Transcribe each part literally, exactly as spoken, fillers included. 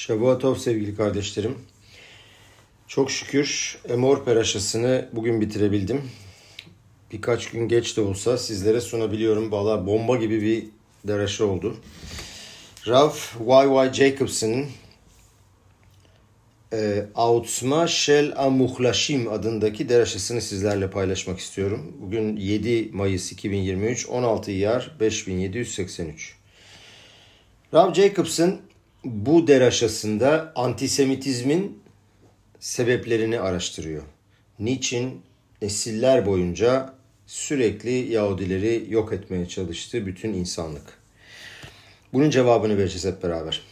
Şavuatov sevgili kardeşlerim. Çok şükür Emor Peraşası'nı bugün bitirebildim. Birkaç gün geç de olsa sizlere sunabiliyorum. Valla bomba gibi bir deraşa oldu. Rav Y Y Jacobson'ın e, Autzma Shel Amuhlashim adındaki deraşasını sizlerle paylaşmak istiyorum. Bugün yedi Mayıs iki bin yirmi üç, on altı İyar beş bin yedi yüz seksen üç. Rav Jacobson bu deraşasında antisemitizmin sebeplerini araştırıyor. Niçin nesiller boyunca sürekli Yahudileri yok etmeye çalıştı bütün insanlık? Bunun cevabını vereceğiz hep beraber.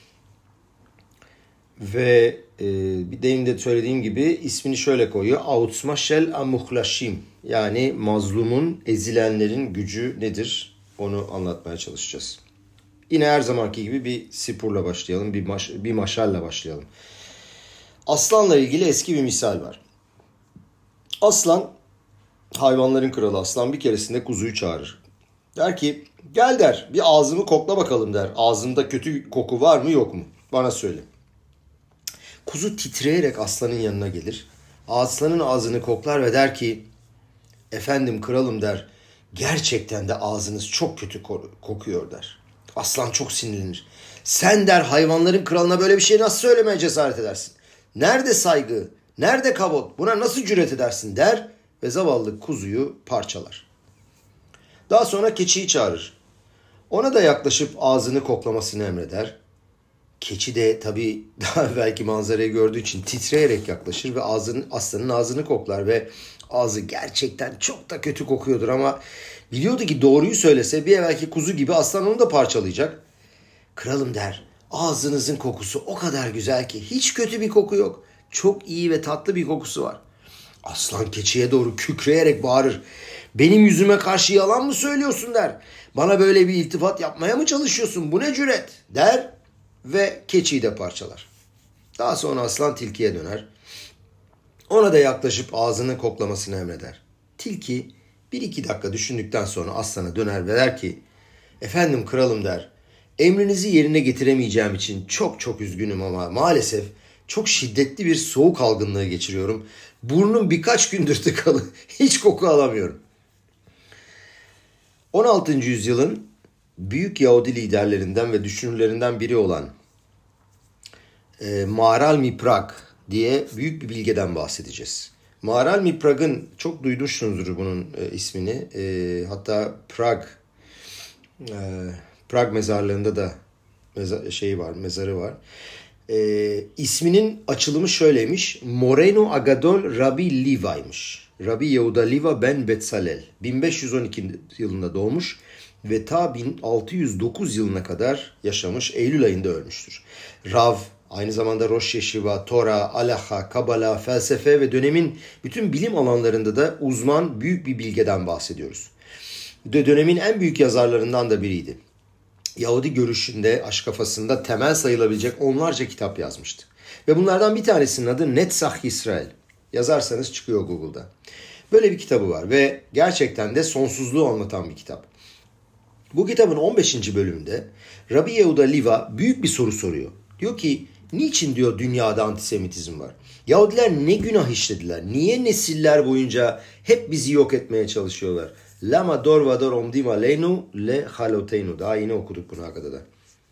Ve e, bir demin de söylediğim gibi ismini şöyle koyuyor. Autzma Shel Amuhlashim, yani mazlumun, ezilenlerin gücü nedir? Onu anlatmaya çalışacağız. Yine her zamanki gibi bir sipurla başlayalım, bir, maş, bir maşalla başlayalım. Aslanla ilgili eski bir misal var. Aslan, hayvanların kralı aslan bir keresinde kuzuyu çağırır. Der ki, gel der, bir ağzımı kokla bakalım der. Ağzımda kötü koku var mı yok mu? Bana söyle. Kuzu titreyerek aslanın yanına gelir. Aslanın ağzını koklar ve der ki, efendim kralım der, gerçekten de ağzınız çok kötü kokuyor der. Aslan çok sinirlenir. Sen der hayvanların kralına böyle bir şey nasıl söylemeye cesaret edersin? Nerede saygı? Nerede kavot? Buna nasıl cüret edersin der ve zavallı kuzuyu parçalar. Daha sonra keçiyi çağırır. Ona da yaklaşıp ağzını koklamasını emreder. Keçi de tabii daha evvelki manzarayı gördüğü için titreyerek yaklaşır ve ağzını, aslanın ağzını koklar ve ağzı gerçekten çok da kötü kokuyordur ama biliyordu ki doğruyu söylese bir evvelki kuzu gibi aslan onu da parçalayacak. Kralım der, ağzınızın kokusu o kadar güzel ki hiç kötü bir koku yok. Çok iyi ve tatlı bir kokusu var. Aslan keçiye doğru kükreyerek bağırır. Benim yüzüme karşı yalan mı söylüyorsun der. Bana böyle bir iltifat yapmaya mı çalışıyorsun? Bu ne cüret der ve keçiyi de parçalar. Daha sonra aslan tilkiye döner. Ona da yaklaşıp ağzını koklamasını emreder. Tilki bir iki dakika düşündükten sonra aslana döner ve der ki, efendim kralım der, emrinizi yerine getiremeyeceğim için çok çok üzgünüm ama maalesef çok şiddetli bir soğuk algınlığı geçiriyorum. Burnum birkaç gündür tıkalı, hiç koku alamıyorum. on altıncı yüzyılın büyük Yahudi liderlerinden ve düşünürlerinden biri olan e, Maharal Miprag diye büyük bir bilgeden bahsedeceğiz. Maharal Miprag'ın, çok duymuşsunuzdur bunun e, ismini. E, hatta Prag e, Prag mezarlığında da meza, şeyi var, mezarı var. E, isminin açılımı şöyleymiş. Moreno Agadol Rabbi Liva'ymış. Rabbi Yehuda Liva ben Betsalel. bin beş yüz on iki yılında doğmuş ve ta bin altı yüz dokuz yılına kadar yaşamış. Eylül ayında ölmüştür. Rav, aynı zamanda Rosh Yeshiva, Tora, Alaha, Kabala, felsefe ve dönemin bütün bilim alanlarında da uzman büyük bir bilgeden bahsediyoruz. Dönemin en büyük yazarlarından da biriydi. Yahudi görüşünde, aşkafasında temel sayılabilecek onlarca kitap yazmıştı. Ve bunlardan bir tanesinin adı Netzach Yisrael. Yazarsanız çıkıyor Google'da. Böyle bir kitabı var ve gerçekten de sonsuzluğu anlatan bir kitap. Bu kitabın on beşinci bölümünde Rabbi Yehuda Liva büyük bir soru soruyor. Diyor ki, niçin diyor dünyada antisemitizm var? Yahudiler ne günah işlediler? Niye nesiller boyunca hep bizi yok etmeye çalışıyorlar? Lama dor vador omdim aleynu le haloteynu. Daha yeni okuduk bunu Haggada'da.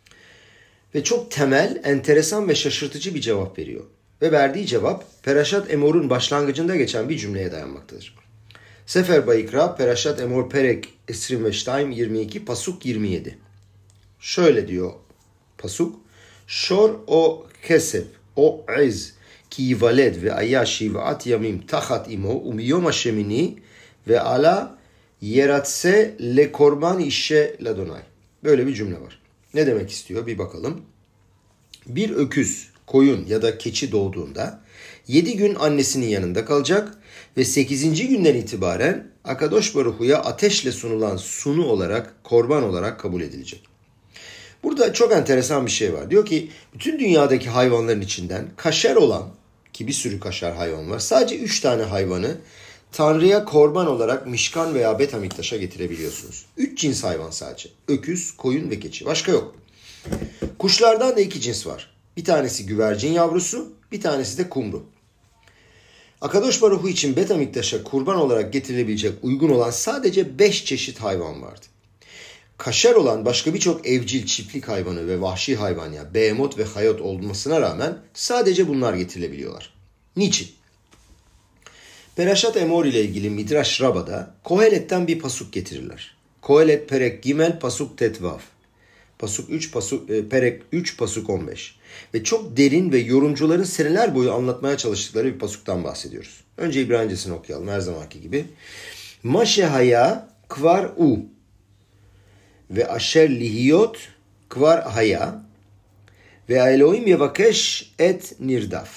Ve çok temel, enteresan ve şaşırtıcı bir cevap veriyor. Ve verdiği cevap Perashat Emor'un başlangıcında geçen bir cümleye dayanmaktadır. Sefer Bayikra, Perashat Emor Perek Esrim ve Ştaym yirmi iki, Pasuk yirmi yedi. Şöyle diyor Pasuk. Şor o kesef o iz ki yivaled ve ayya şivat yamim tahat imo umiyom haşemini ve ala yeratse le korban işe ladonay. Böyle bir cümle var. Ne demek istiyor? Bir bakalım. Bir öküz, koyun ya da keçi doğduğunda yedi gün annesinin yanında kalacak ve sekizinci günden itibaren Akadosh Baruhu'ya ateşle sunulan sunu olarak, korban olarak kabul edilecek. Burada çok enteresan bir şey var. Diyor ki bütün dünyadaki hayvanların içinden kaşer olan, ki bir sürü kaşer hayvan var, sadece üç tane hayvanı Tanrı'ya korban olarak Mişkan veya Bet Hamiktaş'a getirebiliyorsunuz. Üç cins hayvan sadece. Öküz, koyun ve keçi. Başka yok. Kuşlardan da iki cins var. Bir tanesi güvercin yavrusu, bir tanesi de kumru. Akadosh Baruch Hu için Bet Amiktaş'a kurban olarak getirilebilecek uygun olan sadece beş çeşit hayvan vardı. Kaşer olan başka birçok evcil çiftlik hayvanı ve vahşi hayvan ya behemot ve hayot olmasına rağmen sadece bunlar getirilebiliyorlar. Niçin? Perashat Emor ile ilgili Midrash Rabba'da Kohelet'ten bir pasuk getirirler. Kohelet Perek Gimel Pasuk Tetvav. Pasuk üç, pasuk, e, Perek üç, Pasuk on beş. Ve çok derin ve yorumcuların seneler boyu anlatmaya çalıştıkları bir pasuktan bahsediyoruz. Önce İbranicesini okuyalım her zamanki gibi. Maşehaya kvar u ve aşer lihiyot kvar haya ve Elohim yevakeş et nirdaf.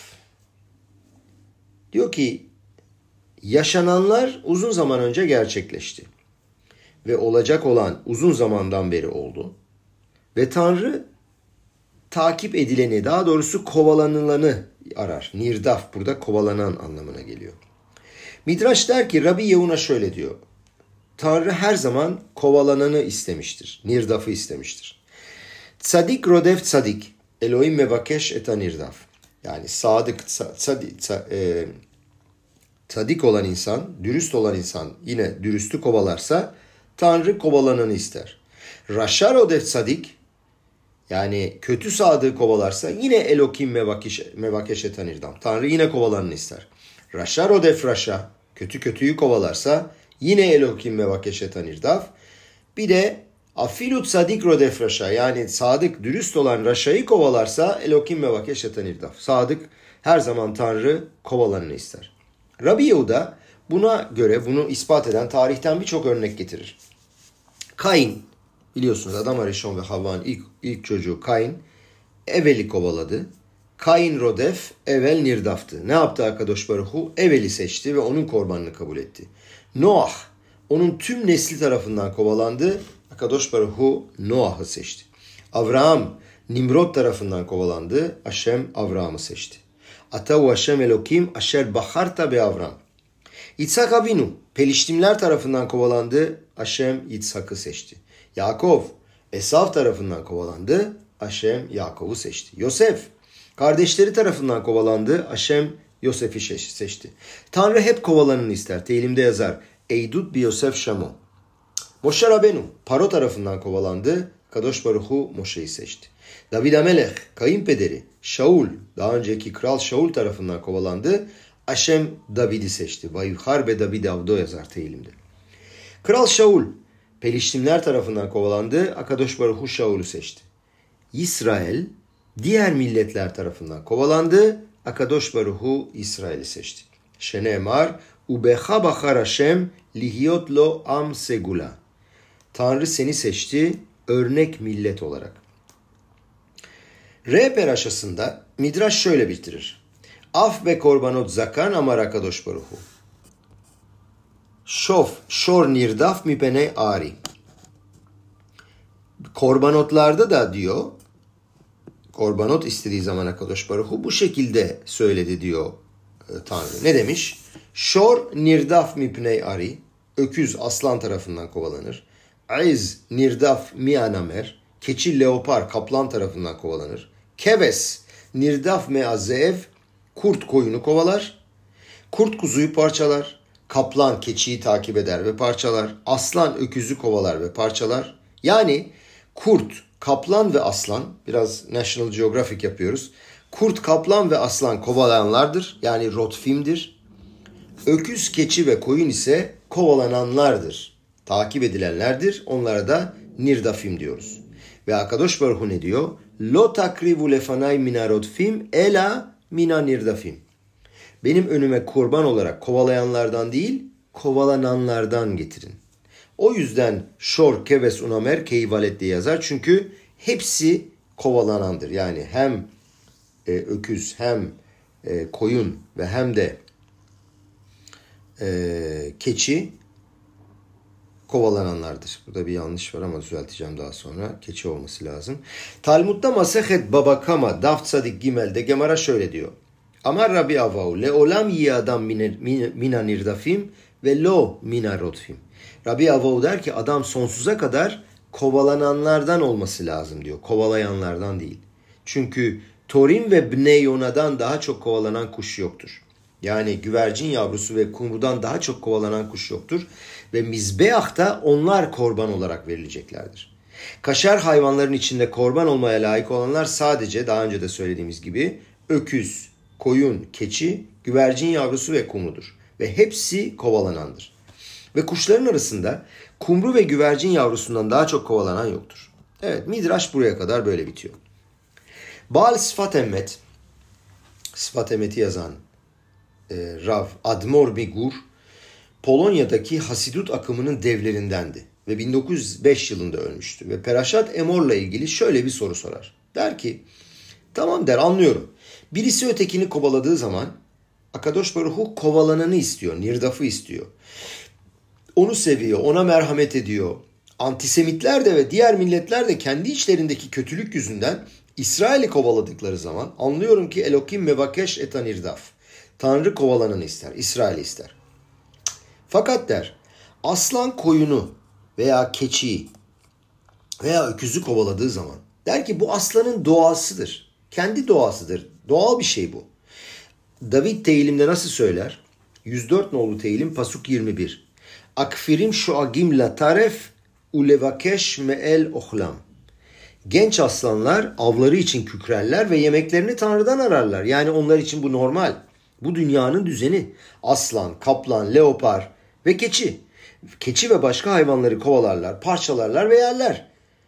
Diyor ki yaşananlar uzun zaman önce gerçekleşti. Ve olacak olan uzun zamandan beri oldu. Ve Tanrı takip edileni, daha doğrusu kovalanılanı arar. Nirdaf burada kovalanan anlamına geliyor. Midrash der ki Rabbi Yehuna şöyle diyor. Tanrı her zaman kovalananı istemiştir. Nirdafı istemiştir. Tzadik rodef tzadik. Elohim mevakeş eta nirdaf. Yani sadık, tzadik, tzadik olan insan, dürüst olan insan yine dürüstü kovalarsa Tanrı kovalananı ister. Raşar rodef tzadik. Yani kötü sadığı kovalarsa yine Elokim mevakeş eta nirdaf. Tanrı yine kovalananı ister. Raşar rodef raşa. Kötü kötüyü kovalarsa yine Elokim mevakeş eta nirdaf. Bir de afilut sadik rodef raşa, yani sadık dürüst olan raşayı kovalarsa Elokim mevakeş eta nirdaf. Sadık her zaman Tanrı kovalananı ister. Rabbi Yehuda buna göre bunu ispat eden tarihten birçok örnek getirir. Kain, biliyorsunuz Adam Arishon ve Havva'nın ilk, ilk çocuğu Kain, Evel'i kovaladı. Kain rodef, Evel nirdaftı. Ne yaptı Akadosh Baruch Hu? Evel'i seçti ve onun korbanını kabul etti. Noah, onun tüm nesli tarafından kovalandı. Akadosh Baruch Hu Noah'ı seçti. Avraham, Nimrod tarafından kovalandı. Hashem Avraham'ı seçti. Atahu Hashem Elokim Asher Baharta be Avram. İtsak Avinu, Peliştimler tarafından kovalandı. Hashem İtshak'ı seçti. Yakov, Esav tarafından kovalandı. Hashem Yakov'u seçti. Yosef, kardeşleri tarafından kovalandı. Hashem Yosef'i seçti. Tanrı hep kovalanını ister. Tehilimde yazar. Eydut bi Yosef Shamo. Moshe Rabenu, Paro tarafından kovalandı. Kadosh Baruch Hu Moshe'yi seçti. David Amelech, kayınpederi Shaul, daha önceki kral Shaul tarafından kovalandı. Hashem David'i seçti. Vayuhar be David Avdo yazar Tehilimde. Kral Shaul, Peliştimler tarafından kovalandı. Akadosh Baruch Hu Shaul'u seçti. İsrail, diğer milletler tarafından kovalandı. Akadosh Baruch Hu İsrail'i seçti. Şenemar, ubecha bachar Hashem lihiyot lo am segula. Tanrı seni seçti örnek millet olarak. Re peraşasında Midrash şöyle bitirir. Af be korbanot zakan amar Akadosh Baruch Hu. Şof, şor nirdaf mipene ari. Korbanotlarda da diyor, korbanot istediği zaman Akadosh Baruch Hu bu şekilde söyledi diyor e, Tanrı. Ne demiş? Şor nirdaf mipnei ari. Öküz aslan tarafından kovalanır. Aiz nirdaf mianamer. Keçi leopar kaplan tarafından kovalanır. Keves nirdaf meazev. Kurt koyunu kovalar. Kurt kuzuyu parçalar. Kaplan keçiyi takip eder ve parçalar. Aslan öküzü kovalar ve parçalar. Yani kurt, kaplan ve aslan, biraz National Geographic yapıyoruz. Kurt, kaplan ve aslan kovalayanlardır. Yani rotfimdir. Öküz, keçi ve koyun ise kovalananlardır. Takip edilenlerdir. Onlara da nirdafim diyoruz. Ve Akadosh Baruch Hu ne diyor? Lo takrivu lefanay mina rotfim ela mina nirdafim. Benim önüme kurban olarak kovalayanlardan değil, kovalananlardan getirin. O yüzden şor, keves, unamer, keyvalet diye yazar. Çünkü hepsi kovalanandır. Yani hem e, öküz, hem e, koyun ve hem de e, keçi kovalananlardır. Burada bir yanlış var ama düzelteceğim daha sonra. Keçi olması lazım. Talmud'da Masehet Baba Kama Daf Tzadik Gimel'de Gemara şöyle diyor. Amar Rabbi Avahu leolam yi adam mina nirdafim ve lo mina rotfim. Rabbi Avahu der ki adam sonsuza kadar kovalananlardan olması lazım diyor. Kovalayanlardan değil. Çünkü Torim ve Bneyona'dan daha çok kovalanan kuş yoktur. Yani güvercin yavrusu ve kumrudan daha çok kovalanan kuş yoktur. Ve Mizbeah'ta onlar korban olarak verileceklerdir. Kaşar hayvanların içinde korban olmaya layık olanlar sadece daha önce de söylediğimiz gibi öküz, koyun, keçi, güvercin yavrusu ve kumrudur. Ve hepsi kovalanandır. Ve kuşların arasında kumru ve güvercin yavrusundan daha çok kovalanan yoktur. Evet, Midraş buraya kadar böyle bitiyor. Baal Sfat Emet, Sfat Emet'i yazan e, Rav Admor Bigur, Polonya'daki Hasidut akımının devlerindendi ve bin dokuz yüz beş yılında ölmüştü. Ve Perashat Emor'la ilgili şöyle bir soru sorar. Der ki, tamam der, anlıyorum. Birisi ötekini kovaladığı zaman Akadosh Baruch Hu kovalananı istiyor, nirdafı istiyor. Onu seviyor, ona merhamet ediyor. Antisemitler de ve diğer milletler de kendi içlerindeki kötülük yüzünden İsrail'i kovaladıkları zaman anlıyorum ki Elokim mevakeş etan irdaf. Tanrı kovalananı ister, İsrail'i ister. Fakat der, aslan koyunu veya keçiyi veya öküzü kovaladığı zaman der ki bu aslanın doğasıdır. Kendi doğasıdır. Doğal bir şey bu. David Tehilim'de nasıl söyler? yüz dört nolu Tehilim Pasuk yirmi bir. Akfirim şuagim la taref ulevakeş me'el ohlam. Genç aslanlar avları için kükrerler ve yemeklerini Tanrı'dan ararlar. Yani onlar için bu normal. Bu dünyanın düzeni. Aslan, kaplan, leopar ve keçi. Keçi ve başka hayvanları kovalarlar, parçalarlar ve yerler.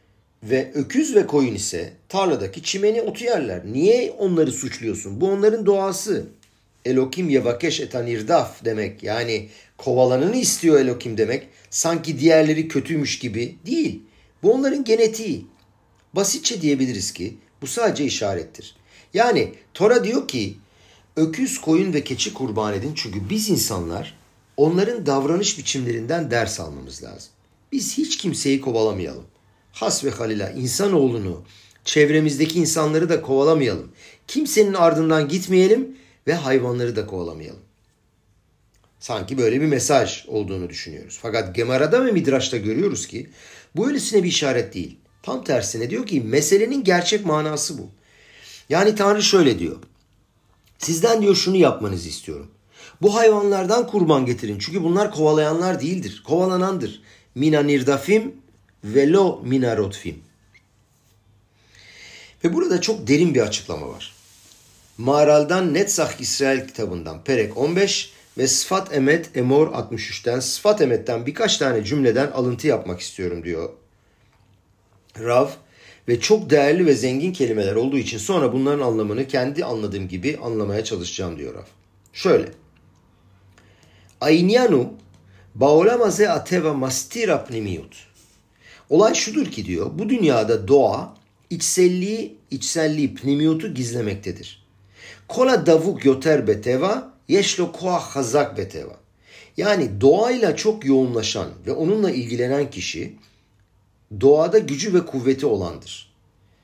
Ve öküz ve koyun ise tarladaki çimeni otu yerler. Niye onları suçluyorsun? Bu onların doğası. Elokim yevakeş etan irdaf demek. Yani kovalananı istiyor Elokim demek. Sanki diğerleri kötüymüş gibi değil. Bu onların genetiği. Basitçe diyebiliriz ki bu sadece işarettir. Yani Tora diyor ki öküz, koyun ve keçi kurban edin. Çünkü biz insanlar onların davranış biçimlerinden ders almamız lazım. Biz hiç kimseyi kovalamayalım. Has ve halila insanoğlunu, çevremizdeki insanları da kovalamayalım. Kimsenin ardından gitmeyelim ve hayvanları da kovalamayalım. Sanki böyle bir mesaj olduğunu düşünüyoruz. Fakat Gemara'da ve Midraş'ta görüyoruz ki bu öylesine bir işaret değil. Tam tersine diyor ki meselenin gerçek manası bu. Yani Tanrı şöyle diyor. Sizden diyor şunu yapmanızı istiyorum. Bu hayvanlardan kurban getirin. Çünkü bunlar kovalayanlar değildir. Kovalanandır. Mina nirdafim velo mina rotfim. Ve burada çok derin bir açıklama var. Maral'dan Netzach İsrail kitabından Perek on beş ve Sfat Emet Emor altmış üçten Sfat Emet'ten birkaç tane cümleden alıntı yapmak istiyorum diyor Rav. Ve çok değerli ve zengin kelimeler olduğu için sonra bunların anlamını kendi anladığım gibi anlamaya çalışacağım diyor Rav. Şöyle. Ainyanu baolam aze ateva mastira pnimiyut. Olay şudur ki diyor, bu dünyada doğa içselliği, içselliği pnimiyutu gizlemektedir. Kola davuk yoter beteva, yeşlo koah hazak beteva. Yani doğayla çok yoğunlaşan ve onunla ilgilenen kişi doğada gücü ve kuvveti olandır.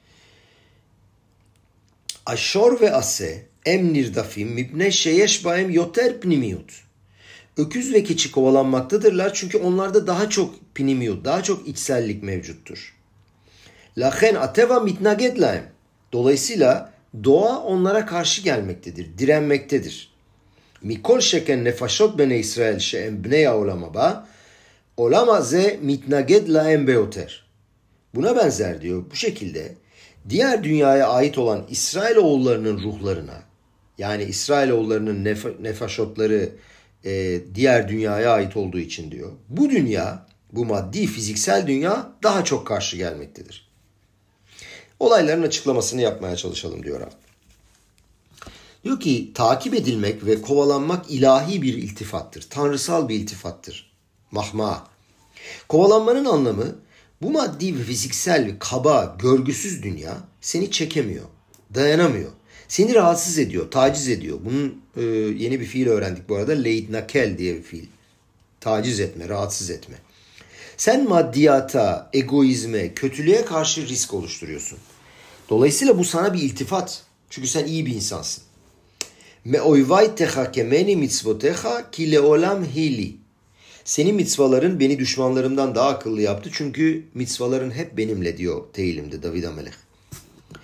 Aşor ve ase em nirdafim mibne şeyeş baem yoter pnimiyut. Öküz ve keçi kovalanmaktadırlar çünkü onlarda daha çok pnimiyut, daha çok içsellik mevcuttur. Lachen ateva mitnaged lahem. Dolayısıyla doğa onlara karşı gelmektedir, direnmektedir. Mikol şeken nefaşot bene İsrail şe'em bnei olama ba olama ze mitnaged lahem beoter. Buna benzer diyor bu şekilde diğer dünyaya ait olan İsrailoğullarının ruhlarına, yani İsrailoğullarının nef- nefaşotları e, diğer dünyaya ait olduğu için diyor. Bu dünya, bu maddi fiziksel dünya daha çok karşı gelmektedir. Olayların açıklamasını yapmaya çalışalım diyor Rab. Diyor ki takip edilmek ve kovalanmak ilahi bir iltifattır. Tanrısal bir iltifattır. Mahma. Kovalanmanın anlamı bu maddi ve fiziksel ve kaba, görgüsüz dünya seni çekemiyor, dayanamıyor. Seni rahatsız ediyor, taciz ediyor. Bunun e, yeni bir fiil öğrendik bu arada. Leitnakel diye bir fiil. Taciz etme, rahatsız etme. Sen maddiyata, egoizme, kötülüğe karşı risk oluşturuyorsun. Dolayısıyla bu sana bir iltifat. Çünkü sen iyi bir insansın. Me oyvay teha kemeni mitzvoteha ki leolam hili. Senin mitzvaların beni düşmanlarımdan daha akıllı yaptı. Çünkü mitzvaların hep benimle diyor Tehilim'de David Amelech.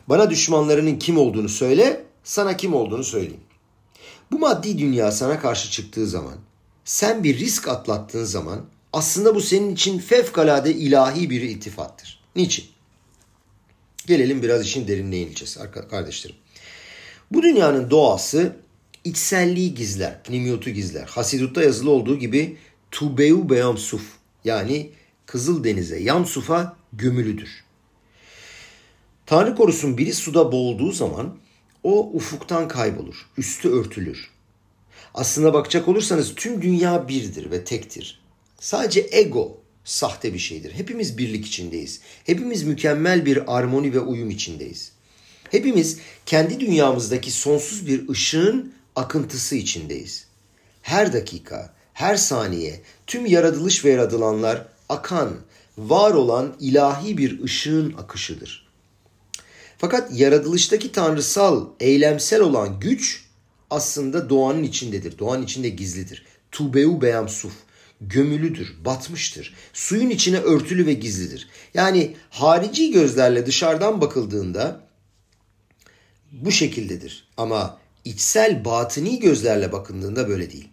Bana düşmanlarının kim olduğunu söyle, sana kim olduğunu söyleyeyim. Bu maddi dünya sana karşı çıktığı zaman, sen bir risk atlattığın zaman aslında bu senin için fevkalade ilahi bir ittifattır. Niçin? Gelelim biraz işin derinine ineceğiz kardeşlerim. Bu dünyanın doğası içselliği gizler, pnimiyutu gizler. Hasidut'ta yazılı olduğu gibi tubeu beyamsuf, yani Kızıldeniz'e, Yamsuf'a gömülüdür. Tanrı korusun biri suda boğulduğu zaman o ufuktan kaybolur, üstü örtülür. Aslına bakacak olursanız tüm dünya birdir ve tektir. Sadece ego sahte bir şeydir. Hepimiz birlik içindeyiz. Hepimiz mükemmel bir armoni ve uyum içindeyiz. Hepimiz kendi dünyamızdaki sonsuz bir ışığın akıntısı içindeyiz. Her dakika, her saniye tüm yaratılış ve yaratılanlar akan, var olan ilahi bir ışığın akışıdır. Fakat yaratılıştaki tanrısal, eylemsel olan güç aslında doğanın içindedir. Doğanın içinde gizlidir. Tubeu beyamsuf, gömülüdür, batmıştır. Suyun içine örtülü ve gizlidir. Yani harici gözlerle dışarıdan bakıldığında bu şekildedir. Ama içsel, batıni gözlerle bakıldığında böyle değil.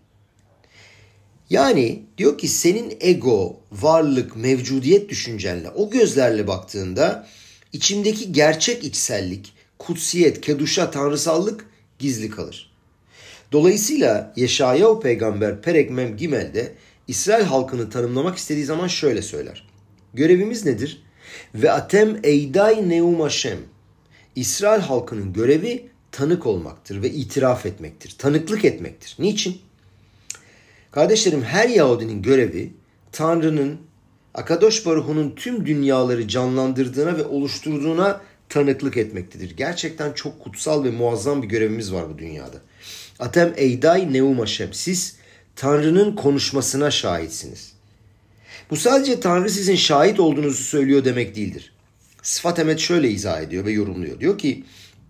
Yani diyor ki senin ego, varlık, mevcudiyet düşüncenle o gözlerle baktığında içimdeki gerçek içsellik, kutsiyet, keduşa, tanrısallık gizli kalır. Dolayısıyla Yeşayahu peygamber Perek Mem Gimel'de İsrail halkını tanımlamak istediği zaman şöyle söyler. Görevimiz nedir? Ve atem eyday neum Hashem. İsrail halkının görevi tanık olmaktır ve itiraf etmektir. Tanıklık etmektir. Niçin? Kardeşlerim, her Yahudinin görevi Tanrı'nın, Akadosh Baruhu'nun tüm dünyaları canlandırdığına ve oluşturduğuna tanıklık etmektedir. Gerçekten çok kutsal ve muazzam bir görevimiz var bu dünyada. Atem eyday neum Hashem. Siz Tanrı'nın konuşmasına şahitsiniz. Bu sadece Tanrı sizin şahit olduğunuzu söylüyor demek değildir. Sıfat Emet şöyle izah ediyor ve yorumluyor. Diyor ki,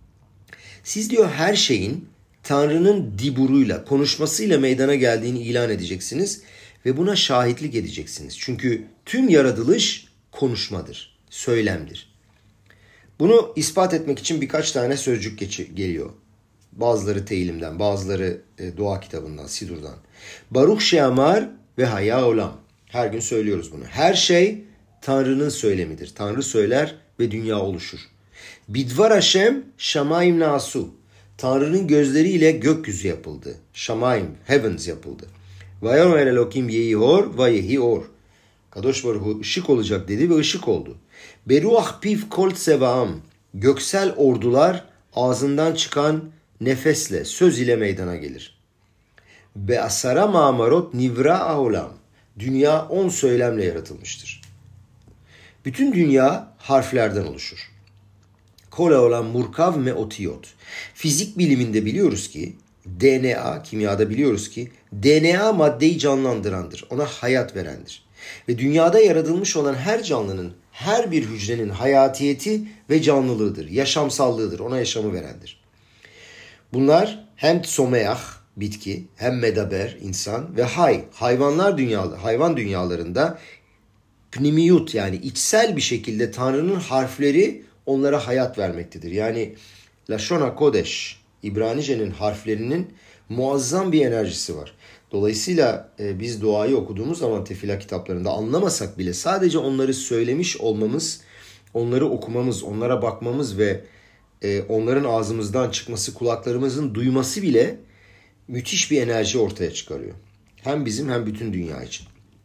siz diyor her şeyin Tanrı'nın diburuyla, konuşmasıyla meydana geldiğini ilan edeceksiniz ve buna şahitlik edeceksiniz. Çünkü tüm yaratılış konuşmadır, söylemdir. Bunu ispat etmek için birkaç tane sözcük geç- geliyor. Bazıları Tehilim'den, bazıları e, Dua kitabından, Sidur'dan. Baruch Sheamar ve Haya Olam. Her gün söylüyoruz bunu. Her şey Tanrı'nın söylemidir. Tanrı söyler ve dünya oluşur. Bidvar Hashem Shamayim Nasu. Tanrı'nın gözleriyle gökyüzü yapıldı. Shamayim, heavens yapıldı. Vayomer Elokim Yehor ve Yehior. Kadosh Baruhu ışık olacak dedi ve ışık oldu. Beruach piv kol tsevaam. Göksel ordular ağzından çıkan nefesle, söz ile meydana gelir. Be asara ma'amarot nivra aolam. Dünya on söylemle yaratılmıştır. Bütün dünya harflerden oluşur. Kola olan murkav me otiyot. Fizik biliminde biliyoruz ki, D N A, kimyada biliyoruz ki, D N A maddeyi canlandırandır. Ona hayat verendir. Ve dünyada yaratılmış olan her canlının, her bir hücrenin hayatiyeti ve canlılığıdır. Yaşamsallığıdır. Ona yaşamı verendir. Bunlar hem someah, bitki, hem medaber, insan ve hay, hayvanlar dünyalı, hayvan dünyalarında pnimiyut, yani içsel bir şekilde Tanrı'nın harfleri onlara hayat vermektedir. Yani Lashon HaKodesh, İbranice'nin harflerinin muazzam bir enerjisi var. Dolayısıyla e, biz duayı okuduğumuz zaman tefila kitaplarında anlamasak bile sadece onları söylemiş olmamız, onları okumamız, onlara bakmamız ve e, onların ağzımızdan çıkması, kulaklarımızın duyması bile müthiş bir enerji ortaya çıkarıyor. Hem bizim hem bütün dünya için.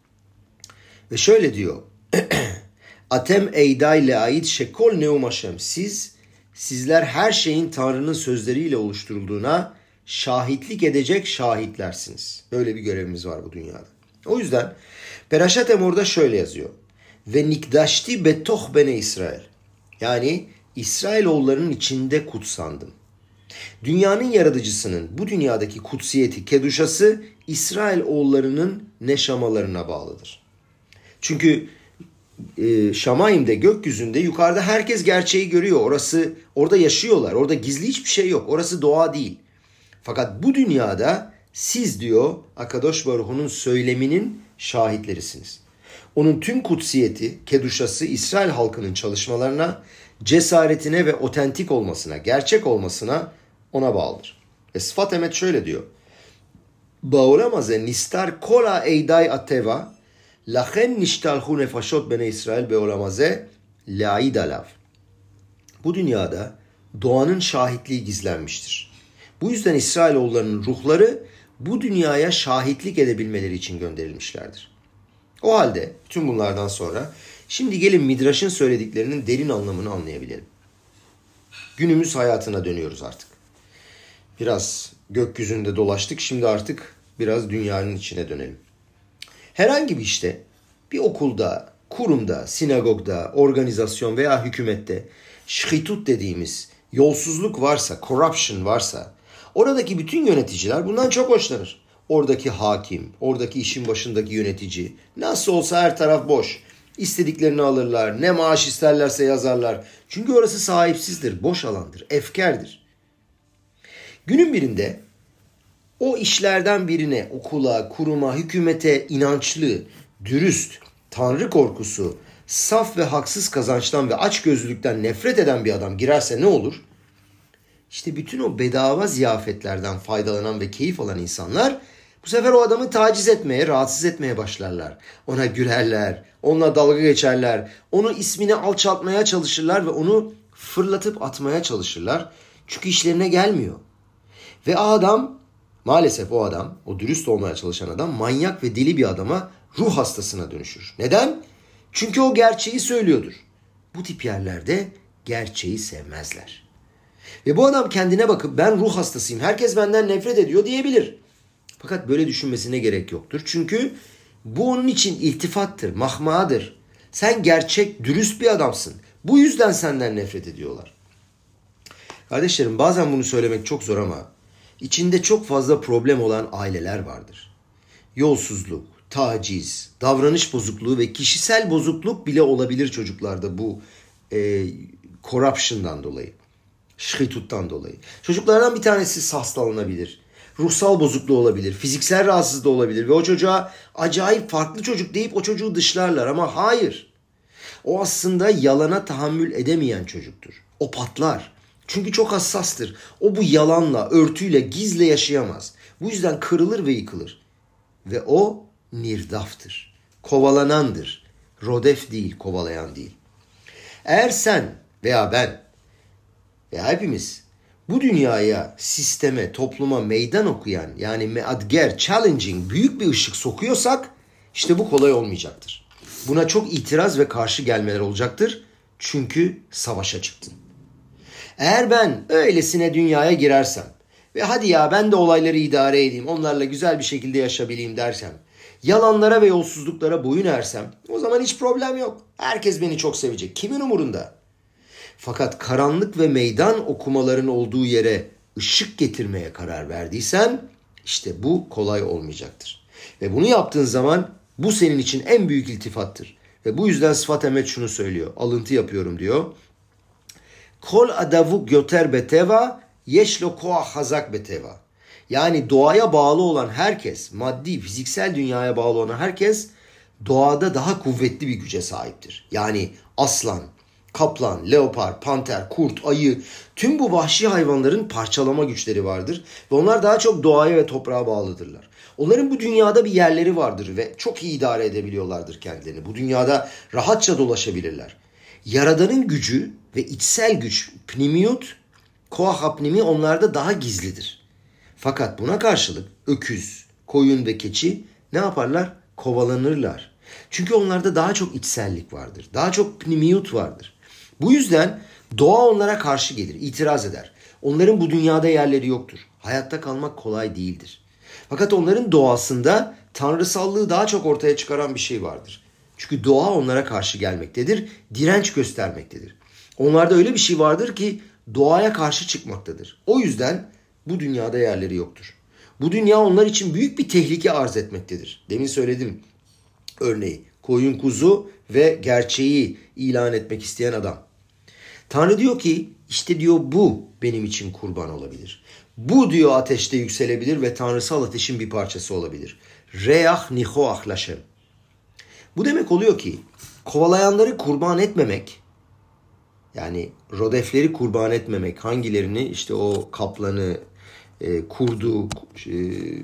Ve şöyle diyor. Atem eyday le'ait şekol neum Hashem. Siz, sizler her şeyin Tanrı'nın sözleriyle oluşturulduğuna şahitlik edecek şahitlersiniz. Böyle bir görevimiz var bu dünyada. O yüzden Perashat Emor'da şöyle yazıyor. Ve nikdaşti betoh bene İsrail. Yani İsrailoğullarının içinde kutsandım. Dünyanın yaratıcısının bu dünyadaki kutsiyeti, keduşası İsrailoğullarının neşamalarına bağlıdır. Çünkü e, Şamayim'de, gökyüzünde, yukarıda herkes gerçeği görüyor. Orası, orada yaşıyorlar. Orada gizli hiçbir şey yok. Orası doğa değil. Fakat bu dünyada siz diyor Akadosh Baruhu'nun söyleminin şahitlerisiniz. Onun tüm kutsiyeti, keduşası İsrail halkının çalışmalarına, cesaretine ve otentik olmasına, gerçek olmasına ona bağlıdır. Ve Sfat Emet şöyle diyor. Ba'olam haze nistar kol ha'eiday ateva lachen nishtalhu nefashot bene İsrail be'olam haze le'aid alav. Bu dünyada doğanın şahitliği gizlenmiştir. Bu yüzden İsrailoğullarının ruhları bu dünyaya şahitlik edebilmeleri için gönderilmişlerdir. O halde bütün bunlardan sonra şimdi gelin Midraş'ın söylediklerinin derin anlamını anlayabilelim. Günümüz hayatına dönüyoruz artık. Biraz gökyüzünde dolaştık, şimdi artık biraz dünyanın içine dönelim. Herhangi bir işte, bir okulda, kurumda, sinagogda, organizasyon veya hükümette şhitut dediğimiz yolsuzluk varsa, corruption varsa, oradaki bütün yöneticiler bundan çok hoşlanır. Oradaki hakim, oradaki işin başındaki yönetici, nasıl olsa her taraf boş. İstediklerini alırlar, ne maaş isterlerse yazarlar. Çünkü orası sahipsizdir, boş alandır, efkardır. Günün birinde o işlerden birine, okula, kuruma, hükümete inançlı, dürüst, tanrı korkusu, saf ve haksız kazançtan ve açgözlülükten nefret eden bir adam girerse ne olur? İşte bütün o bedava ziyafetlerden faydalanan ve keyif alan insanlar bu sefer o adamı taciz etmeye, rahatsız etmeye başlarlar. Ona gülerler, onunla dalga geçerler, onu ismini alçaltmaya çalışırlar ve onu fırlatıp atmaya çalışırlar. Çünkü işlerine gelmiyor. Ve o adam, maalesef o adam, o dürüst olmaya çalışan adam manyak ve deli bir adama, ruh hastasına dönüşür. Neden? Çünkü o gerçeği söylüyordur. Bu tip yerlerde gerçeği sevmezler. Ve bu adam kendine bakıp ben ruh hastasıyım, herkes benden nefret ediyor diyebilir. Fakat böyle düşünmesine gerek yoktur. Çünkü bu onun için iltifattır, mahmadır. Sen gerçek, dürüst bir adamsın. Bu yüzden senden nefret ediyorlar. Kardeşlerim, bazen bunu söylemek çok zor ama içinde çok fazla problem olan aileler vardır. Yolsuzluk, taciz, davranış bozukluğu ve kişisel bozukluk bile olabilir çocuklarda bu e, corruption'dan dolayı, şhituttan dolayı. Çocuklardan bir tanesi hastalanabilir, ruhsal bozukluğu olabilir, fiziksel rahatsızlığı olabilir ve o çocuğa acayip farklı çocuk deyip o çocuğu dışlarlar ama hayır. O aslında yalana tahammül edemeyen çocuktur. O patlar. Çünkü çok hassastır. O bu yalanla, örtüyle, gizle yaşayamaz. Bu yüzden kırılır ve yıkılır. Ve o nirdaftır. Kovalanandır. Rodef değil, kovalayan değil. Eğer sen veya ben veya hepimiz bu dünyaya, sisteme, topluma meydan okuyan, yani meadger, challenging, büyük bir ışık sokuyorsak işte bu kolay olmayacaktır. Buna çok itiraz ve karşı gelmeler olacaktır. Çünkü savaşa çıktın. Eğer ben öylesine dünyaya girersem ve hadi ya ben de olayları idare edeyim, onlarla güzel bir şekilde yaşayabileyim dersem, yalanlara ve yolsuzluklara boyun ersem o zaman hiç problem yok. Herkes beni çok sevecek. Kimin umurunda? Fakat karanlık ve meydan okumaların olduğu yere ışık getirmeye karar verdiysen işte bu kolay olmayacaktır. Ve bunu yaptığın zaman bu senin için en büyük iltifattır. Ve bu yüzden Sfat Emet şunu söylüyor. Alıntı yapıyorum diyor. Kol adavuk göter beteva, yeşlo koah hazak beteva. Yani doğaya bağlı olan herkes, maddi, fiziksel dünyaya bağlı olan herkes doğada daha kuvvetli bir güce sahiptir. Yani aslan, kaplan, leopar, panter, kurt, ayı, tüm bu vahşi hayvanların parçalama güçleri vardır. Ve onlar daha çok doğaya ve toprağa bağlıdırlar. Onların bu dünyada bir yerleri vardır ve çok iyi idare edebiliyorlardır kendilerini. Bu dünyada rahatça dolaşabilirler. Yaradanın gücü ve içsel güç, pnimiyut, koah apnimi onlarda daha gizlidir. Fakat buna karşılık öküz, koyun ve keçi ne yaparlar? Kovalanırlar. Çünkü onlarda daha çok içsellik vardır. Daha çok pnimiyut vardır. Bu yüzden doğa onlara karşı gelir, itiraz eder. Onların bu dünyada yerleri yoktur. Hayatta kalmak kolay değildir. Fakat onların doğasında tanrısallığı daha çok ortaya çıkaran bir şey vardır. Çünkü doğa onlara karşı gelmektedir, direnç göstermektedir. Onlarda öyle bir şey vardır ki doğaya karşı çıkmaktadır. O yüzden bu dünyada yerleri yoktur. Bu dünya onlar için büyük bir tehlike arz etmektedir. Demin söyledim örneği. Koyun kuzu ve gerçeği ilan etmek isteyen adam. Tanrı diyor ki işte diyor bu benim için kurban olabilir. Bu diyor ateşte yükselebilir ve tanrısal ateşin bir parçası olabilir. Reach nihoach lashem. Bu demek oluyor ki kovalayanları kurban etmemek Yani rodefleri kurban etmemek, hangilerini işte o kaplanı, e, kurdu, e,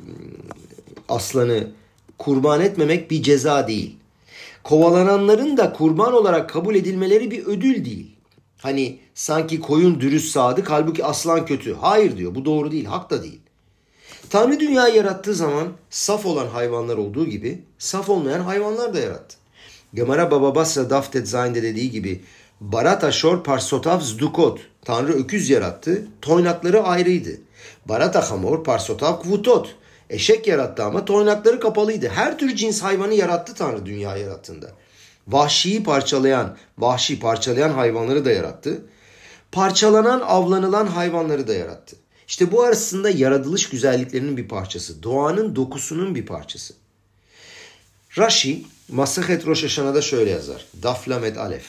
aslanı kurban etmemek bir ceza değil. Kovalananların da kurban olarak kabul edilmeleri bir ödül değil. Hani sanki koyun dürüst sadık halbuki aslan kötü. Hayır diyor, bu doğru değil, hak da değil. Tanrı dünyayı yarattığı zaman saf olan hayvanlar olduğu gibi saf olmayan hayvanlar da yarattı. Gemara Baba Basra Daftet Zayn'de dediği gibi Barat Aşor Parsotav Zdukot. Tanrı öküz yarattı, toynakları ayrıydı. Barat Hamor Parsotav Kvutot. Eşek yarattı ama toynakları kapalıydı. Her tür cins hayvanı yarattı Tanrı dünya yarattığında. Vahşiyi parçalayan, vahşi parçalayan hayvanları da yarattı. Parçalanan, avlanılan hayvanları da yarattı. İşte bu arasında yaratılış güzelliklerinin bir parçası. Doğanın dokusunun bir parçası. Rashi, Masahet Rosh Hashanah'da şöyle yazar. Daf Lamed Alef.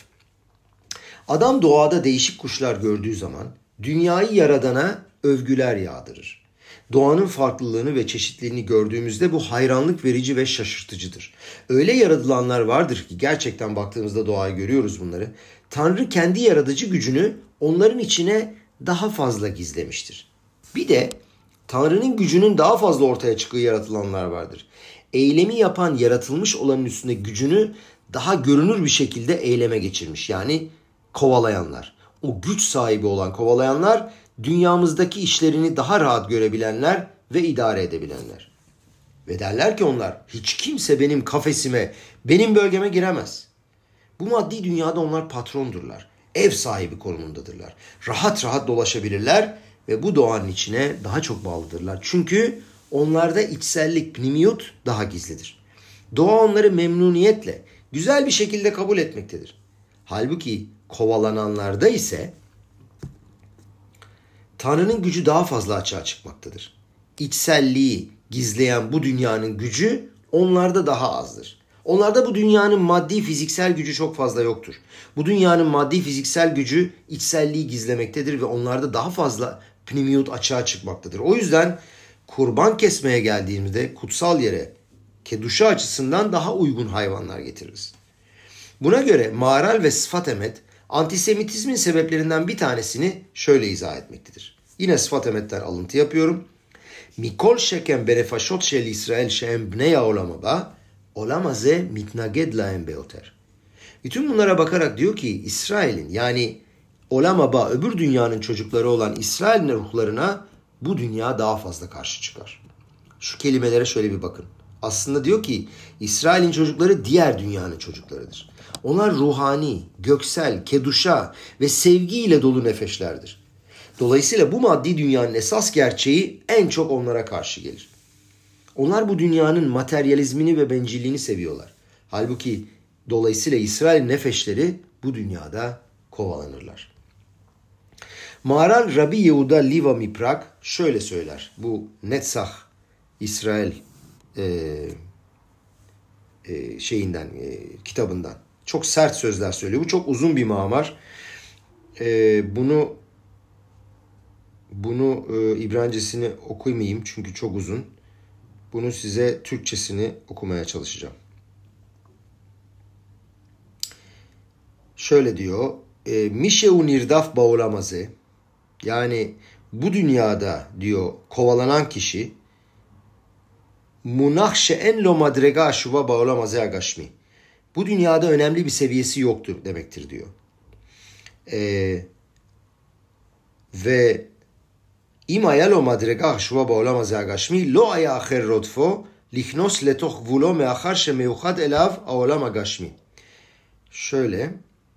Adam doğada değişik kuşlar gördüğü zaman dünyayı yaradana övgüler yağdırır. Doğanın farklılığını ve çeşitliliğini gördüğümüzde bu hayranlık verici ve şaşırtıcıdır. Öyle yaratılanlar vardır ki gerçekten baktığımızda doğayı görüyoruz bunları. Tanrı kendi yaratıcı gücünü onların içine daha fazla gizlemiştir. Bir de Tanrı'nın gücünün daha fazla ortaya çıktığı yaratılanlar vardır. Eylemi yapan yaratılmış olanın üstünde gücünü daha görünür bir şekilde eyleme geçirmiş. Yani kovalayanlar. O güç sahibi olan kovalayanlar dünyamızdaki işlerini daha rahat görebilenler ve idare edebilenler. Ve derler ki onlar hiç kimse benim kafesime, benim bölgeme giremez. Bu maddi dünyada onlar patrondurlar. Ev sahibi konumundadırlar. Rahat rahat dolaşabilirler ve bu doğanın içine daha çok bağlıdırlar. Çünkü onlarda içsellik, pnimiyut daha gizlidir. Doğa onları memnuniyetle, güzel bir şekilde kabul etmektedir. Halbuki kovalananlarda ise Tanrı'nın gücü daha fazla açığa çıkmaktadır. İçselliği gizleyen bu dünyanın gücü onlarda daha azdır. Onlarda bu dünyanın maddi fiziksel gücü çok fazla yoktur. Bu dünyanın maddi fiziksel gücü içselliği gizlemektedir ve onlarda daha fazla pnimiyut açığa çıkmaktadır. O yüzden kurban kesmeye geldiğimizde kutsal yere keduşa açısından daha uygun hayvanlar getiririz. Buna göre Maharal ve Sfat Emet antisemitizmin sebeplerinden bir tanesini şöyle izah etmektedir. Yine Sfat Emet'ten alıntı yapıyorum. Mikol şeken benefaşot şel İsrail şe'em bneya olama olamaze mitnaged lahem beoter. Bütün bunlara bakarak diyor ki İsrail'in yani olamaba öbür dünyanın çocukları olan İsrail'in ruhlarına bu dünya daha fazla karşı çıkar. Şu kelimelere şöyle bir bakın. Aslında diyor ki İsrail'in çocukları diğer dünyanın çocuklarıdır. Onlar ruhani, göksel, keduşa ve sevgiyle dolu nefeslerdir. Dolayısıyla bu maddi dünyanın esas gerçeği en çok onlara karşı gelir. Onlar bu dünyanın materyalizmini ve bencilliğini seviyorlar. Halbuki dolayısıyla İsrail nefesleri bu dünyada kovalanırlar. Maharal Rabbi Yehuda Liva Miprak şöyle söyler. Bu Netzach İsrail e, e, şeyinden e, kitabından. Çok sert sözler söylüyor. Bu çok uzun bir mamar. E, bunu bunu e, İbranicesini okumayayım çünkü çok uzun. Bunu size Türkçesini okumaya çalışacağım. Şöyle diyor. Mişeu nirdaf baolamaze, yani bu dünyada diyor kovalanan kişi munah şe'en lo madrega aşuva baolamaze agashmi. Bu dünyada önemli bir seviyesi yoktur demektir diyor. Ee, ve אם היה לו מדרגה חשובה בעולם הזה הגשמי, לא היה אחר רודפו לכנוס לתוך גבולו מאחר שמיוחד אליו העולם הגשמי. Şöyle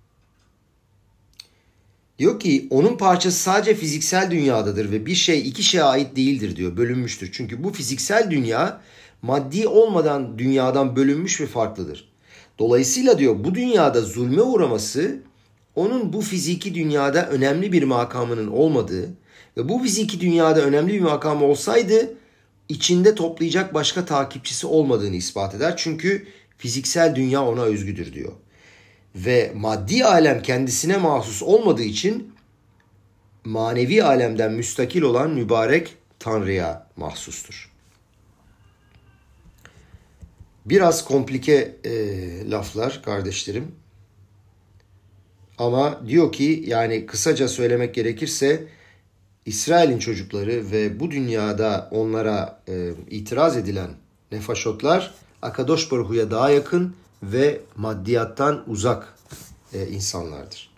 diyor ki onun parçası sadece fiziksel dünyadadır ve bir şey iki şeye ait değildir diyor, bölünmüştür. Çünkü bu fiziksel dünya maddi olmadan dünyadan bölünmüş ve farklıdır. Dolayısıyla diyor bu dünyada zulme uğraması onun bu fiziki dünyada önemli bir makamının olmadığı ve bu fiziki dünyada önemli bir makam olsaydı içinde toplayacak başka takipçisi olmadığını ispat eder. Çünkü fiziksel dünya ona özgüdür diyor. Ve maddi alem kendisine mahsus olmadığı için manevi alemden müstakil olan mübarek Tanrı'ya mahsustur. Biraz komplike e, laflar kardeşlerim. Ama diyor ki yani kısaca söylemek gerekirse İsrail'in çocukları ve bu dünyada onlara e, itiraz edilen nefaşotlar Akadosh Baruch Hu'ya daha yakın ve maddiyattan uzak e, insanlardır.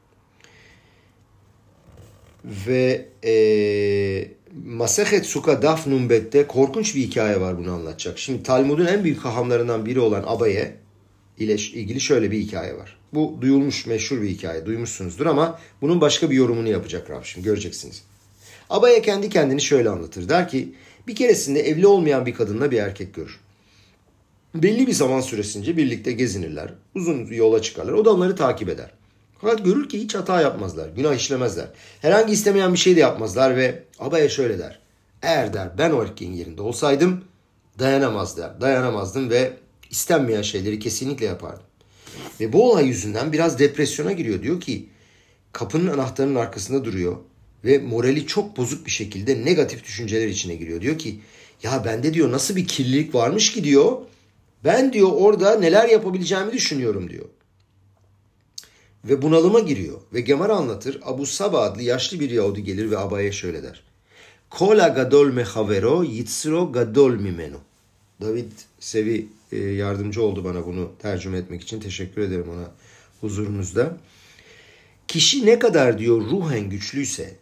Ve e, Masehet Suka Daf Numbet'te korkunç bir hikaye var bunu anlatacak. Şimdi Talmud'un en büyük hahamlarından biri olan Abaye ile ilgili şöyle bir hikaye var. Bu duyulmuş meşhur bir hikaye, duymuşsunuzdur ama bunun başka bir yorumunu yapacak Rab, şimdi göreceksiniz. Abaye kendi kendini şöyle anlatır. Der ki bir keresinde evli olmayan bir kadınla bir erkek görür. Belli bir zaman süresince birlikte gezinirler. Uzun yola çıkarlar. O da onları takip eder. Fakat görür ki hiç hata yapmazlar. Günah işlemezler. Herhangi istemeyen bir şey de yapmazlar ve Abaye şöyle der. Eğer der ben o erkeğin yerinde olsaydım dayanamaz der. Dayanamazdım ve istenmeyen şeyleri kesinlikle yapardım. Ve bu olay yüzünden biraz depresyona giriyor. Diyor ki kapının anahtarının arkasında duruyor. Ve morali çok bozuk bir şekilde negatif düşünceler içine giriyor. Diyor ki ya bende diyor nasıl bir kirlilik varmış ki diyor. Ben diyor orada neler yapabileceğimi düşünüyorum diyor. Ve bunalıma giriyor. Ve Gemara anlatır. Abu Saba adlı yaşlı bir Yahudi gelir ve Abaye şöyle der. Kola gadol mehavero yitzro gadol mimeno. David Sevi yardımcı oldu bana bunu tercüme etmek için. Teşekkür ederim ona huzurunuzda. Kişi ne kadar diyor ruhen güçlüyse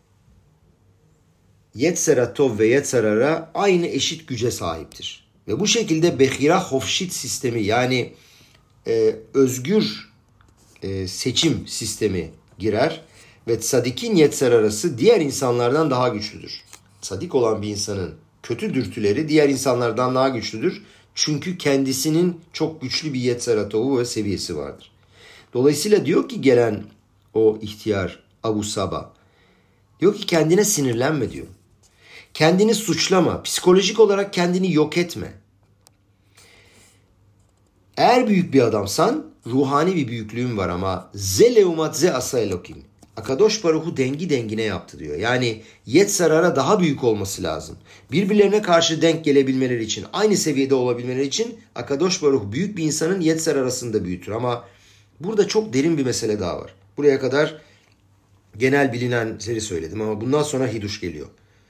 Yetzera Tov ve Yetzerara aynı eşit güce sahiptir. Ve bu şekilde Bechira Hofşit sistemi yani e, özgür e, seçim sistemi girer. Ve Tzadik'in Yetzerarası diğer insanlardan daha güçlüdür. Tzadik olan bir insanın kötü dürtüleri diğer insanlardan daha güçlüdür. Çünkü kendisinin çok güçlü bir Yetzera Tov'u ve seviyesi vardır. Dolayısıyla diyor ki gelen o ihtiyar Abu Saba, diyor ki kendine sinirlenme diyor. Kendini suçlama. Psikolojik olarak kendini yok etme. Eğer büyük bir adamsan ruhani bir büyüklüğün var ama zeleumat ze asa elokim. Akadosh Baruch Hu dengi dengine yaptı diyor. Yani Yetzerara daha büyük olması lazım. Birbirlerine karşı denk gelebilmeleri için, aynı seviyede olabilmeleri için Akadosh Baruch Hu büyük bir insanın Yetzerarasını da büyütür. Ama burada çok derin bir mesele daha var. Buraya kadar genel bilinenleri söyledim ama bundan sonra hiduş geliyor.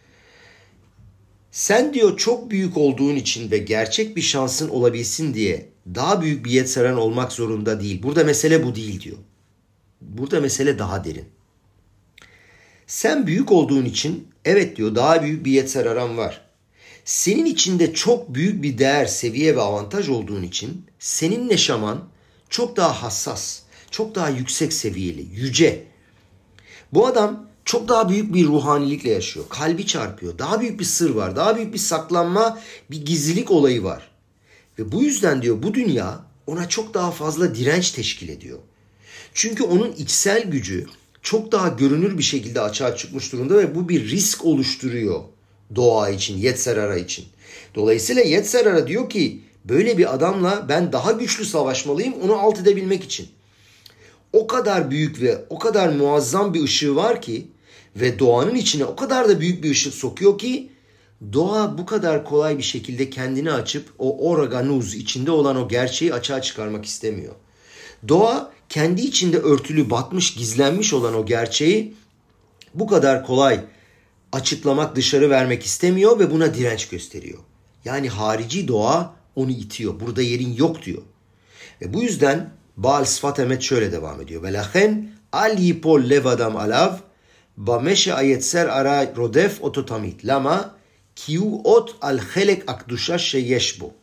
Sen diyor çok büyük olduğun için ve gerçek bir şansın olabilsin diye daha büyük bir yetseran olmak zorunda değil. Burada mesele bu değil diyor. Burada mesele daha derin. Sen büyük olduğun için evet diyor daha büyük bir yetseraran var. Senin içinde çok büyük bir değer, seviye ve avantaj olduğun için senin neşaman çok daha hassas, çok daha yüksek seviyeli, yüce. Bu adam çok daha büyük bir ruhanilikle yaşıyor. Kalbi çarpıyor. Daha büyük bir sır var. Daha büyük bir saklanma, bir gizlilik olayı var. Ve bu yüzden diyor bu dünya ona çok daha fazla direnç teşkil ediyor. Çünkü onun içsel gücü çok daha görünür bir şekilde açığa çıkmış durumda ve bu bir risk oluşturuyor doğa için, Yetzerara için. Dolayısıyla Yetzerara diyor ki böyle bir adamla ben daha güçlü savaşmalıyım onu alt edebilmek için. O kadar büyük ve o kadar muazzam bir ışığı var ki ve doğanın içine o kadar da büyük bir ışık sokuyor ki doğa bu kadar kolay bir şekilde kendini açıp o organuz içinde olan o gerçeği açığa çıkarmak istemiyor. Doğa kendi içinde örtülü, batmış, gizlenmiş olan o gerçeği bu kadar kolay açıklamak, dışarı vermek istemiyor ve buna direnç gösteriyor. Yani harici doğa onu itiyor. Burada yerin yok diyor. Ve bu yüzden Baal Sfat Emet şöyle devam ediyor. Velachen al yipol levadam alav bameşe ayetser ara rodef ototamit. Lama kiu ot al helek akduşa şeyeş bu.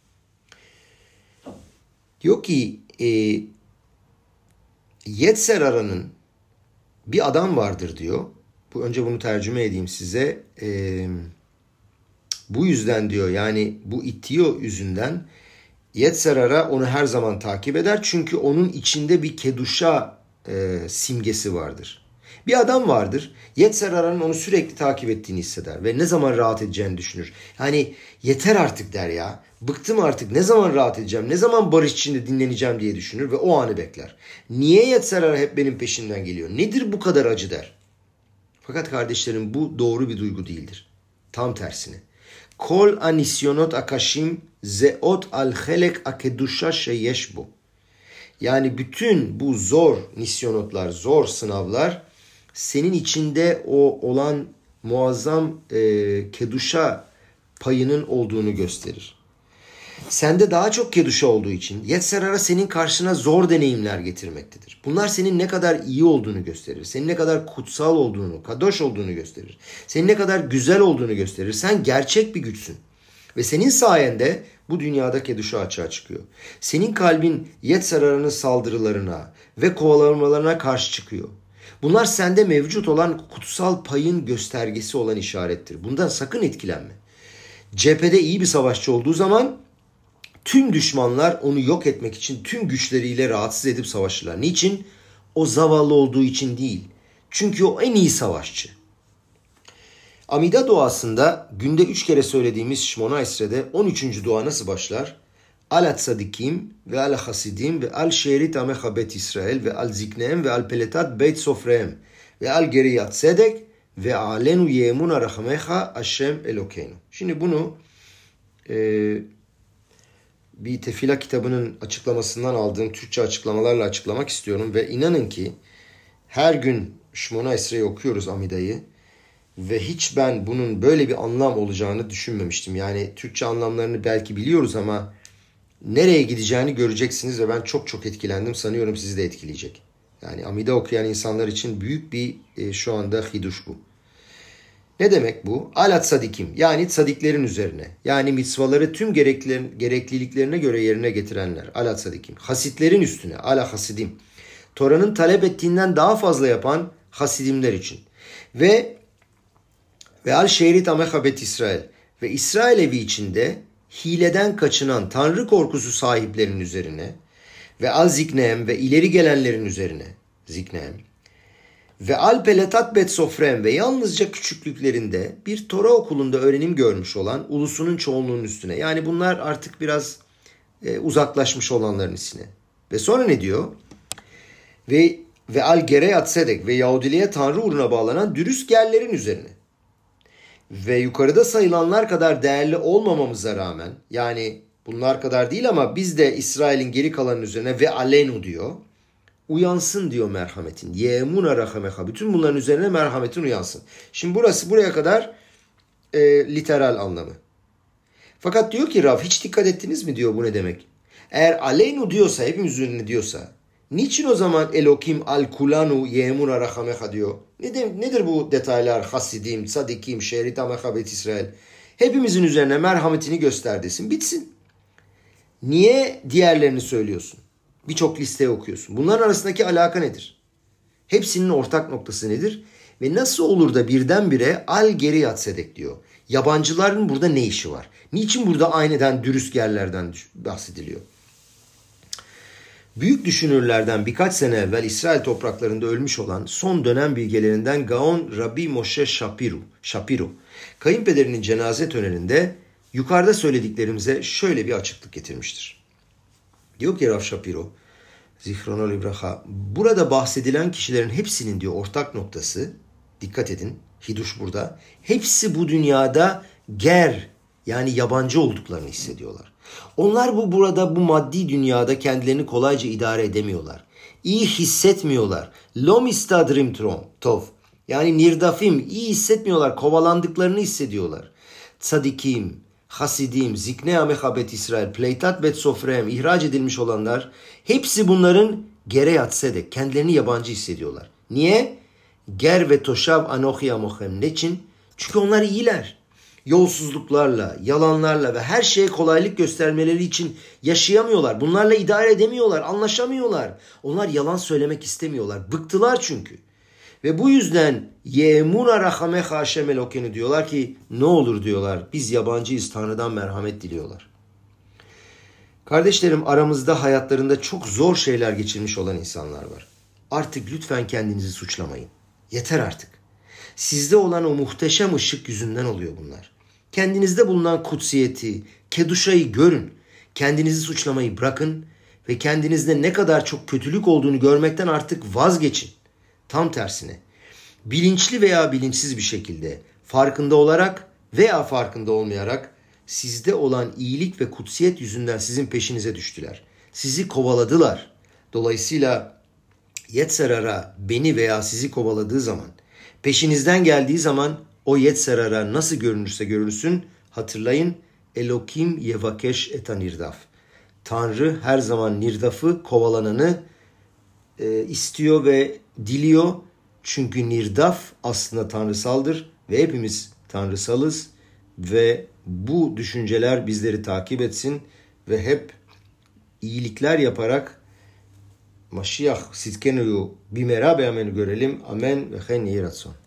Diyor ki e, Yetser Ara'nın bir adam vardır diyor. Bu önce bunu tercüme edeyim size. E, bu yüzden diyor yani bu itiyor yüzünden Yetser Ara onu her zaman takip eder. Çünkü onun içinde bir keduşa e, simgesi vardır. Bir adam vardır. Yetser Ara'nın onu sürekli takip ettiğini hisseder. Ve ne zaman rahat edeceğini düşünür. Yani yeter artık der ya. Bıktım artık ne zaman rahat edeceğim. Ne zaman barış içinde dinleneceğim diye düşünür. Ve o anı bekler. Niye Yetser Ara hep benim peşimden geliyor? Nedir bu kadar acı der. Fakat kardeşlerim bu doğru bir duygu değildir. Tam tersine. Kol anisyonot akashim zeot al helek akedusha sheyesh bu. Yani bütün bu zor nisyonotlar, zor sınavlar senin içinde o olan muazzam e, keduşa payının olduğunu gösterir. Sende daha çok keduşa olduğu için Yetzer Hara senin karşına zor deneyimler getirmektedir. Bunlar senin ne kadar iyi olduğunu gösterir. Senin ne kadar kutsal olduğunu, kadoş olduğunu gösterir. Senin ne kadar güzel olduğunu gösterir. Sen gerçek bir güçsün. Ve senin sayende bu dünyada keduşa açığa çıkıyor. Senin kalbin Yetzer Hara'nın saldırılarına ve kovalamalarına karşı çıkıyor. Bunlar sende mevcut olan kutsal payın göstergesi olan işarettir. Bundan sakın etkilenme. Cephede iyi bir savaşçı olduğu zaman tüm düşmanlar onu yok etmek için tüm güçleriyle rahatsız edip savaşırlar. Niçin? O zavallı olduğu için değil. Çünkü o en iyi savaşçı. Amida duasında günde üç kere söylediğimiz Shmona Esre'de on üçüncü dua nasıl başlar? Al tzadikim ve al hasidim ve al şerit amecha bet İsrail ve al ziknehem ve al peletat beit sofrehem ve al geriyat sedek ve alenu yemuna rahmecha Hashem Elokeinu. Şimdi bunu e, bir tefila kitabının açıklamasından aldığım Türkçe açıklamalarla açıklamak istiyorum. Ve inanın ki her gün Shmona Esre'yi okuyoruz Amida'yı. Ve hiç ben bunun böyle bir anlam olacağını düşünmemiştim. Yani Türkçe anlamlarını belki biliyoruz ama nereye gideceğini göreceksiniz ve ben çok çok etkilendim. Sanıyorum sizi de etkileyecek. Yani Amida okuyan insanlar için büyük bir e, şu anda hiduş bu. Ne demek bu? Ala tsadikim, yani tsadiklerin üzerine. Yani mitzvaları tüm gerekliliklerine göre yerine getirenler. Ala tsadikim. Hasitlerin üstüne. Ala hasidim. Tora'nın talep ettiğinden daha fazla yapan hasidimler için. Ve ve al şehrit amecha bet İsrail. Ve İsrail evi içinde hileden kaçınan Tanrı korkusu sahiplerinin üzerine. Ve al ziknehem ve ileri gelenlerin üzerine. Ziknehem. Ve al peletat bet sofrem ve yalnızca küçüklüklerinde bir Tora okulunda öğrenim görmüş olan ulusunun çoğunluğunun üstüne. Yani bunlar artık biraz e, uzaklaşmış olanların üstüne. Ve sonra ne diyor? Ve ve al gereyat sedek ve Yahudiliğe Tanrı uğruna bağlanan dürüst gerlerin üzerine. Ve yukarıda sayılanlar kadar değerli olmamamıza rağmen, yani bunlar kadar değil ama biz de İsrail'in geri kalanın üzerine ve alenu diyor. Uyansın diyor merhametin. Yemuna rahameha. Bütün bunların üzerine merhametin uyansın. Şimdi burası buraya kadar e, literal anlamı. Fakat diyor ki Rav, hiç dikkat ettiniz mi diyor, bu ne demek? Eğer aleynu diyorsa, hepimiz üzerine diyorsa, niçin o zaman Elokim al kulanu yemuna rahameha diyor? Ne de, nedir bu detaylar? Hasidim, tsadikim, şehrit amecha bet İsrail. Hepimizin üzerine merhametini göster desin. Bitsin. Niye diğerlerini söylüyorsun? Birçok liste okuyorsun. Bunların arasındaki alaka nedir? Hepsinin ortak noktası nedir? Ve nasıl olur da birdenbire al geri yatsedek diyor. Yabancıların burada ne işi var? Niçin burada aniden dürüst yerlerden bahsediliyor? Büyük düşünürlerden birkaç sene evvel İsrail topraklarında ölmüş olan son dönem bilgelerinden Gaon Rabbi Moshe Shapiro, Shapiro, kayınpederinin cenaze töreninde yukarıda söylediklerimize şöyle bir açıklık getirmiştir. Diyor ki Rav Shapiro, Zichrono Libraha, burada bahsedilen kişilerin hepsinin diyor ortak noktası, dikkat edin, hiduş burada, hepsi bu dünyada ger, yani yabancı olduklarını hissediyorlar. Onlar bu burada bu maddi dünyada kendilerini kolayca idare edemiyorlar. İyi hissetmiyorlar. Lo mistadrim tov. Yani nirdafim, iyi hissetmiyorlar, kovalandıklarını hissediyorlar. Tsadikim, hasidim, zikne amecha bet İsrail, pleytat bet sofrem, ihraç edilmiş olanlar, hepsi bunların gere yatsedek, kendilerini yabancı hissediyorlar. Niye? Ger ve toşav anochi amochem. Niçin? Çünkü onlar iyiler. Yolsuzluklarla, yalanlarla ve her şeye kolaylık göstermeleri için yaşayamıyorlar. Bunlarla idare edemiyorlar, anlaşamıyorlar. Onlar yalan söylemek istemiyorlar. Bıktılar çünkü. Ve bu yüzden yemuna rahamecha Hashem Elokeinu diyorlar ki ne olur diyorlar. Biz yabancıyız, Tanrı'dan merhamet diliyorlar. Kardeşlerim, aramızda hayatlarında çok zor şeyler geçirmiş olan insanlar var. Artık lütfen kendinizi suçlamayın. Yeter artık. Sizde olan o muhteşem ışık yüzünden oluyor bunlar. Kendinizde bulunan kutsiyeti, keduşayı görün. Kendinizi suçlamayı bırakın ve kendinizde ne kadar çok kötülük olduğunu görmekten artık vazgeçin. Tam tersine, bilinçli veya bilinçsiz bir şekilde, farkında olarak veya farkında olmayarak sizde olan iyilik ve kutsiyet yüzünden sizin peşinize düştüler. Sizi kovaladılar. Dolayısıyla Yetserara beni veya sizi kovaladığı zaman, peşinizden geldiği zaman o Yetserara nasıl görünürse görünsün hatırlayın. Elokim yevakeş etan nirdaf. Tanrı her zaman nirdafı, kovalananı e, istiyor ve diliyor. Çünkü nirdaf aslında tanrısaldır ve hepimiz tanrısalız ve bu düşünceler bizleri takip etsin ve hep iyilikler yaparak Mashiach Sitkeno'yu bimera be'amenu görelim. Amen ve chen yehi ratson.